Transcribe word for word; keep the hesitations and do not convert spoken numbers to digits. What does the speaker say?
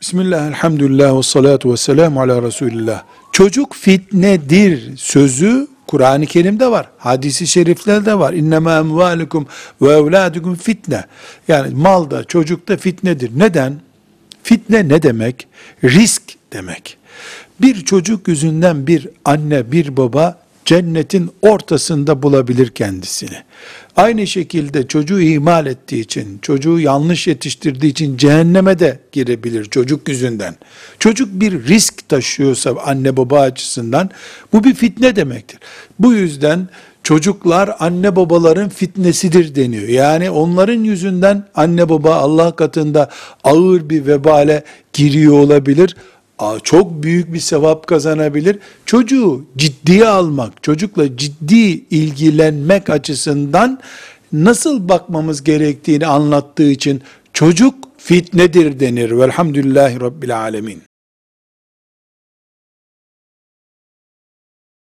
Bismillah, elhamdülillah ve salatu ve selamu ala Resulillah. Çocuk fitnedir sözü Kur'an-ı Kerim'de var. Hadis-i şeriflerde var. İnnemâ emvâlukum ve evlâdukum fitne. Yani malda, çocukta fitnedir. Neden? Fitne ne demek? Risk demek. Bir çocuk yüzünden bir anne, bir baba cennetin ortasında bulabilir kendisini. Aynı şekilde çocuğu ihmal ettiği için, çocuğu yanlış yetiştirdiği için cehenneme de girebilir çocuk yüzünden. Çocuk bir risk taşıyorsa anne baba açısından bu bir fitne demektir. Bu yüzden çocuklar anne babaların fitnesidir deniyor. Yani onların yüzünden anne baba Allah katında ağır bir vebale giriyor olabilir. Çok büyük bir sevap kazanabilir. Çocuğu ciddiye almak, çocukla ciddi ilgilenmek açısından nasıl bakmamız gerektiğini anlattığı için çocuk fitnedir denir. Velhamdülillahi Rabbil alemin.